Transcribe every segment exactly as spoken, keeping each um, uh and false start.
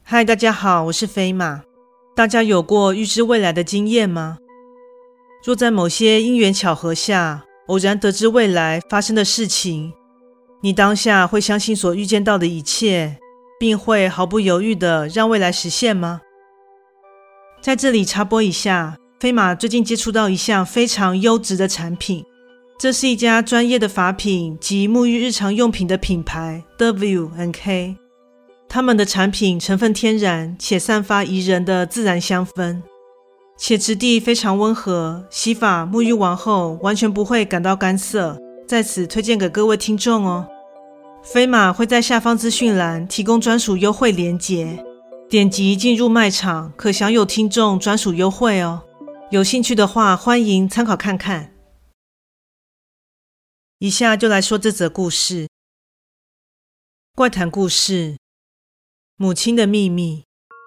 嗨，大家好，我是飞马。大家有过预知未来的经验吗？若在某些因缘巧合下，偶然得知未来发生的事情，你当下会相信所预见到的一切，并会毫不犹豫地让未来实现吗？在这里插播一下，飞马最近接触到一项非常优质的产品，这是一家专业的发品及沐浴日常用品的品牌 W and K。 他们的产品成分天然且散发宜人的自然香氛，且质地非常温和，洗发沐浴完后完全不会感到干涩，在此推荐给各位听众哦。飞马会在下方资讯栏提供专属优惠连结，点击进入卖场可享有听众专属优惠哦。有兴趣的话欢迎参考看看。以下就来说这则故事。怪谈故事，母亲的秘密。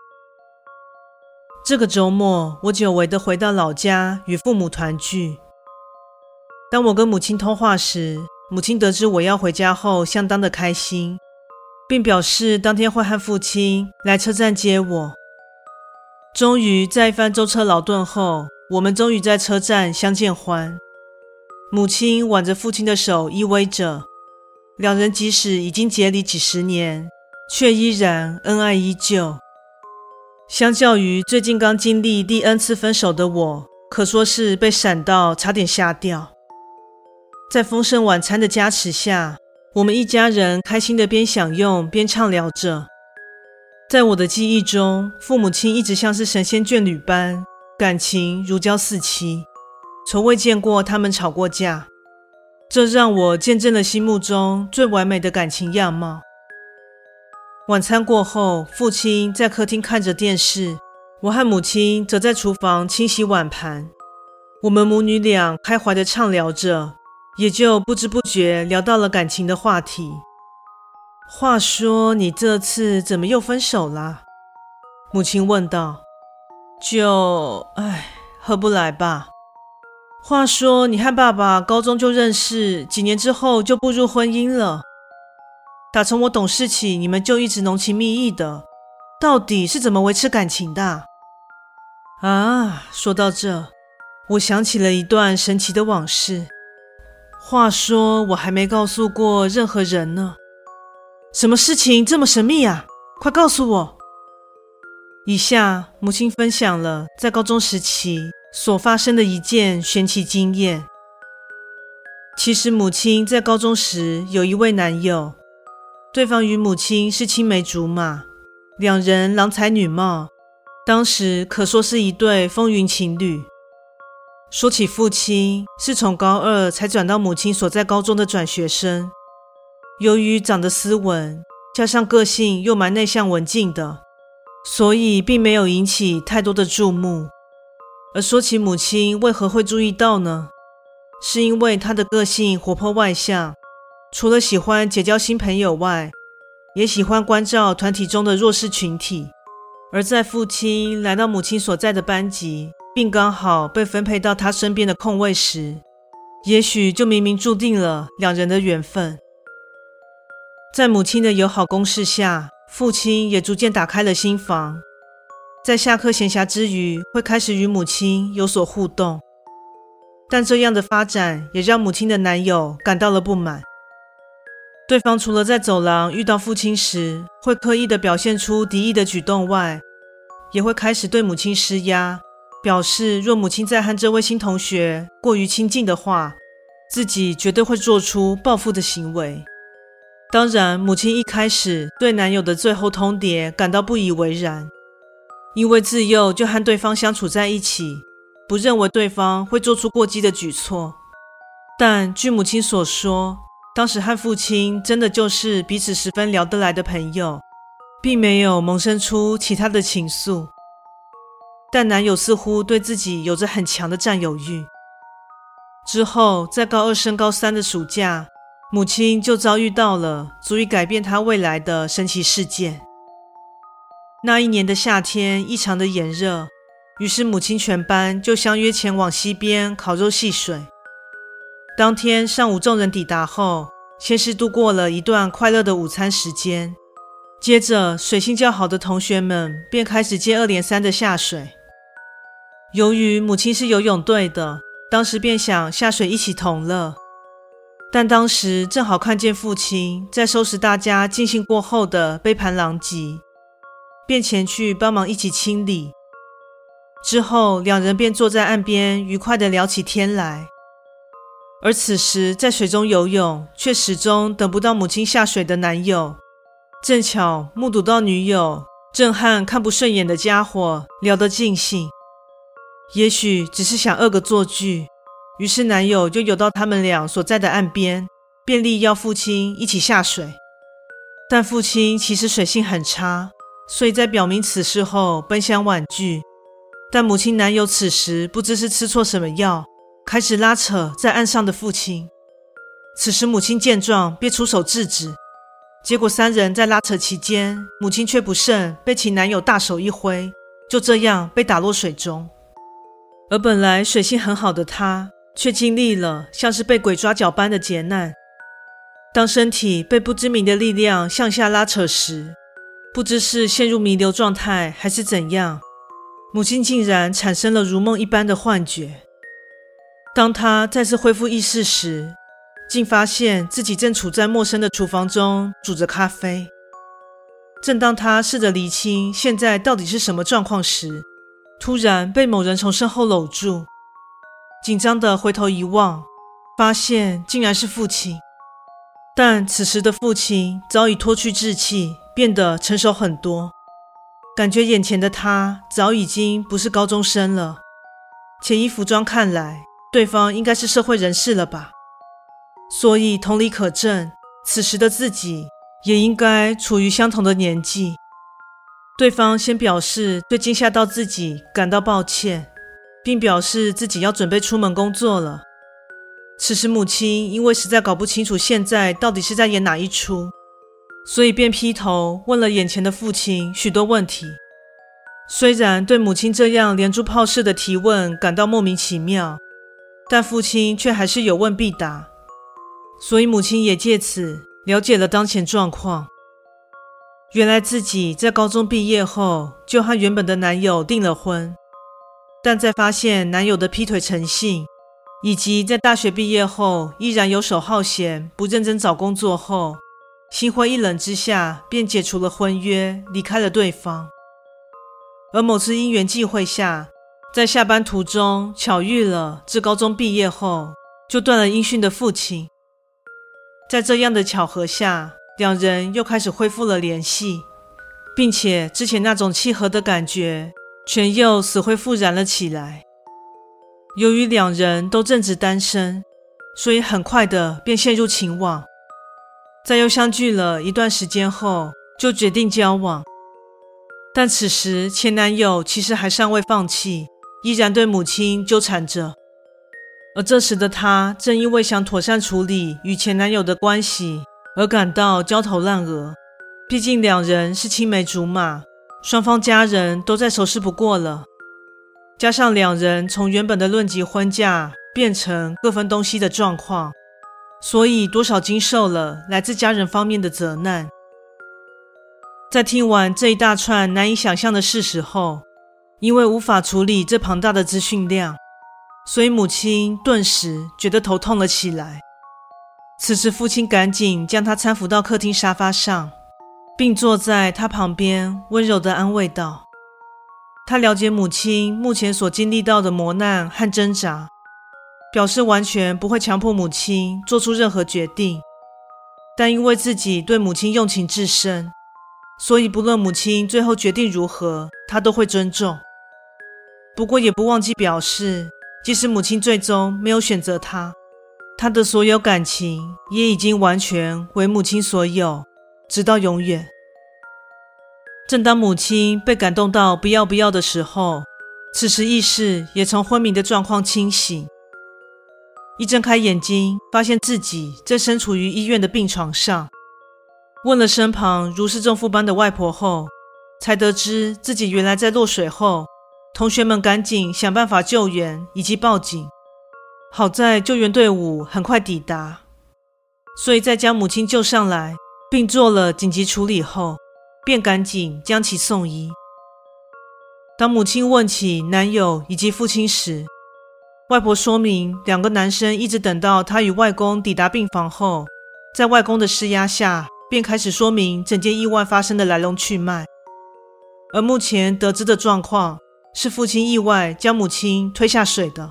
这个周末，我久违地回到老家与父母团聚。当我跟母亲通话时，母亲得知我要回家后相当的开心，并表示当天会和父亲来车站接我。终于在一番舟车劳顿后，我们终于在车站相见欢。母亲挽着父亲的手依偎着，两人即使已经结离几十年，却依然恩爱依旧。相较于最近刚经历第 N 次分手的我，可说是被闪到差点吓掉。在丰盛晚餐的加持下，我们一家人开心的边享用边畅聊着。在我的记忆中，父母亲一直像是神仙眷侣般，感情如胶似漆，从未见过他们吵过架。这让我见证了心目中最完美的感情样貌。晚餐过后，父亲在客厅看着电视，我和母亲则在厨房清洗碗盘。我们母女俩开怀地畅聊着，也就不知不觉聊到了感情的话题。话说你这次怎么又分手啦？母亲问道。就，唉，合不来吧。话说你和爸爸高中就认识，几年之后就步入婚姻了。打从我懂事起，你们就一直浓情蜜意的，到底是怎么维持感情的？啊，说到这，我想起了一段神奇的往事。话说我还没告诉过任何人呢。什么事情这么神秘啊？快告诉我。以下母亲分享了在高中时期所发生的一件玄奇经验。其实母亲在高中时有一位男友，对方与母亲是青梅竹马，两人郎才女貌，当时可说是一对风云情侣。说起父亲，是从高二才转到母亲所在高中的转学生，由于长得斯文，加上个性又蛮内向文静的，所以并没有引起太多的注目。而说起母亲为何会注意到呢？是因为她的个性活泼外向，除了喜欢结交新朋友外，也喜欢关照团体中的弱势群体。而在父亲来到母亲所在的班级，并刚好被分配到他身边的空位时，也许就冥冥注定了两人的缘分。在母亲的友好攻势下，父亲也逐渐打开了心房，在下课闲暇之余会开始与母亲有所互动。但这样的发展也让母亲的男友感到了不满。对方除了在走廊遇到父亲时会刻意地表现出敌意的举动外，也会开始对母亲施压，表示若母亲在和这位新同学过于亲近的话，自己绝对会做出报复的行为。当然，母亲一开始对男友的最后通牒感到不以为然，因为自幼就和对方相处在一起，不认为对方会做出过激的举措。但据母亲所说，当时和父亲真的就是彼此十分聊得来的朋友，并没有萌生出其他的情愫。但男友似乎对自己有着很强的占有欲。之后，在高二升高三的暑假，母亲就遭遇到了足以改变她未来的神奇事件。那一年的夏天异常的炎热，于是母亲全班就相约前往溪边烤肉戏水。当天上午众人抵达后，先是度过了一段快乐的午餐时间， 接着水性较好的同学们便开始接二连三的下水。由于母亲是游泳队的，当时便想下水一起同乐，但当时正好看见父亲在收拾大家尽兴过后的杯盘狼藉，便前去帮忙一起清理。之后两人便坐在岸边愉快地聊起天来。而此时在水中游泳却始终等不到母亲下水的男友，正巧目睹到女友正和看不顺眼的家伙聊得尽兴，也许只是想恶个作剧，于是男友就游到他们俩所在的岸边，便力要父亲一起下水。但父亲其实水性很差，所以在表明此事后奔相婉拒。但母亲男友此时不知是吃错什么药，开始拉扯在岸上的父亲。此时母亲见状便出手制止，结果三人在拉扯期间，母亲却不慎被其男友大手一挥，就这样被打落水中。而本来水性很好的她，却经历了像是被鬼抓脚般的劫难。当身体被不知名的力量向下拉扯时，不知是陷入弥留状态还是怎样，母亲竟然产生了如梦一般的幻觉。当她再次恢复意识时，竟发现自己正处在陌生的厨房中煮着咖啡。正当她试着厘清现在到底是什么状况时，突然被某人从身后搂住，紧张地回头一望，发现竟然是父亲。但此时的父亲早已脱去稚气，变得成熟很多，感觉眼前的他早已经不是高中生了，且依服装看来，对方应该是社会人士了吧。所以同理可证，此时的自己也应该处于相同的年纪。对方先表示对惊吓到自己感到抱歉，并表示自己要准备出门工作了。此时母亲因为实在搞不清楚现在到底是在演哪一出，所以便劈头问了眼前的父亲许多问题。虽然对母亲这样连珠炮式的提问感到莫名其妙，但父亲却还是有问必答，所以母亲也借此了解了当前状况。原来自己在高中毕业后就和原本的男友订了婚，但在发现男友的劈腿成性，以及在大学毕业后依然游手好闲不认真找工作后，心灰意冷之下便解除了婚约，离开了对方。而某次因缘际会下，在下班途中巧遇了自高中毕业后就断了音讯的父亲。在这样的巧合下，两人又开始恢复了联系，并且之前那种契合的感觉全又死灰复燃了起来。由于两人都正值单身，所以很快的便陷入情网。在又相聚了一段时间后，就决定交往。但此时前男友其实还尚未放弃，依然对母亲纠缠着。而这时的她正因为想妥善处理与前男友的关系而感到焦头烂额。毕竟两人是青梅竹马，双方家人都再熟识不过了。加上两人从原本的论及婚嫁变成各分东西的状况，所以多少经受了来自家人方面的责难。在听完这一大串难以想象的事实后，因为无法处理这庞大的资讯量，所以母亲顿时觉得头痛了起来。此时父亲赶紧将她搀扶到客厅沙发上，并坐在她旁边温柔地安慰道。他了解母亲目前所经历到的磨难和挣扎，表示完全不会强迫母亲做出任何决定，但因为自己对母亲用情至深，所以不论母亲最后决定如何，他都会尊重。不过也不忘记表示，即使母亲最终没有选择他，他的所有感情也已经完全为母亲所有，直到永远。正当母亲被感动到不要不要的时候，此时意识也从昏迷的状况清醒。一睁开眼睛，发现自己正身处于医院的病床上。问了身旁如释重负般的外婆后，才得知自己原来在落水后，同学们赶紧想办法救援以及报警。好在救援队伍很快抵达，所以在将母亲救上来并做了紧急处理后， 便赶紧将其送医。当母亲问起男友以及父亲时，外婆说明两个男生一直等到她与外公抵达病房后，在外公的施压下，便开始说明整件意外发生的来龙去脉。而目前得知的状况是父亲意外将母亲推下水的。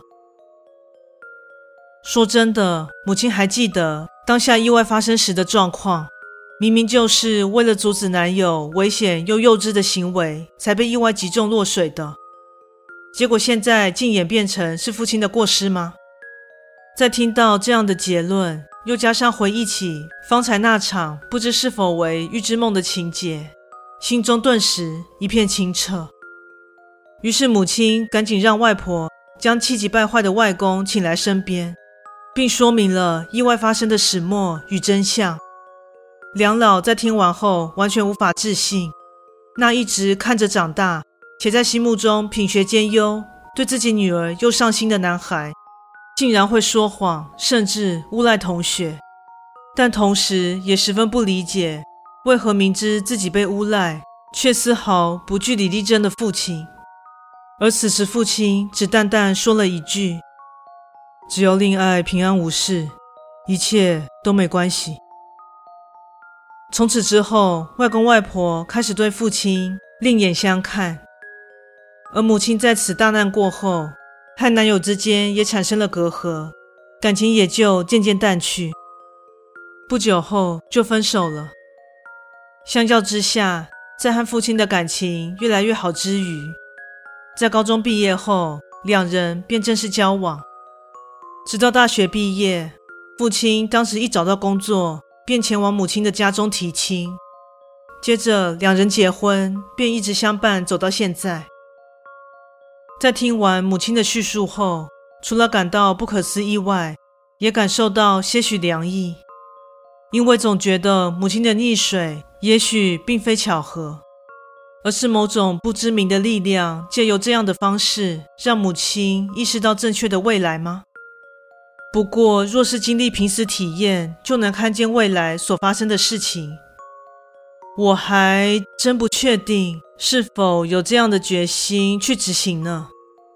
说真的，母亲还记得当下意外发生时的状况，明明就是为了阻止男友危险又幼稚的行为才被意外击中落水的，结果现在竟演变成是父亲的过失吗？在听到这样的结论，又加上回忆起方才那场不知是否为预知梦的情节，心中顿时一片清澈。于是母亲赶紧让外婆将气急败坏的外公请来身边，并说明了意外发生的始末与真相。两老在听完后完全无法置信，那一直看着长大且在心目中品学兼优，对自己女儿又上心的男孩，竟然会说谎，甚至诬赖同学。但同时也十分不理解，为何明知自己被诬赖，却丝毫不据理力争的父亲。而此时父亲只淡淡说了一句：只要令爱平安无事，一切都没关系。从此之后，外公外婆开始对父亲另眼相看，而母亲在此大难过后，和男友之间也产生了隔阂，感情也就渐渐淡去。不久后就分手了。相较之下，在和父亲的感情越来越好之余，在高中毕业后，两人便正式交往。直到大学毕业，父亲当时一找到工作，便前往母亲的家中提亲。接着两人结婚，便一直相伴走到现在。在听完母亲的叙述后，除了感到不可思议外，也感受到些许凉意，因为总觉得母亲的溺水也许并非巧合，而是某种不知名的力量借由这样的方式让母亲意识到正确的未来吗？不过若是经历濒死体验就能看见未来所发生的事情，我还真不确定是否有这样的决心去执行呢。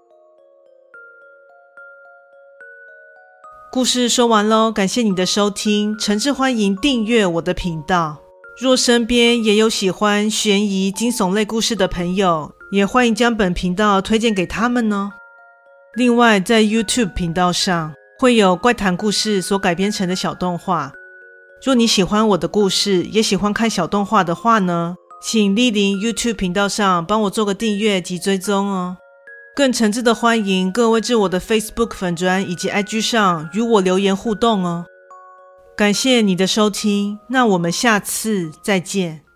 故事说完咯，感谢你的收听，诚挚欢迎订阅我的频道。若身边也有喜欢悬疑惊悚类故事的朋友，也欢迎将本频道推荐给他们哦。另外在 YouTube 频道上会有怪谈故事所改编成的小动画，若你喜欢我的故事，也喜欢看小动画的话呢，请莅临 YouTube 频道上帮我做个订阅及追踪哦。更诚挚的欢迎各位至我的 Facebook 粉专以及 I G 上与我留言互动哦。感谢你的收听，那我们下次再见。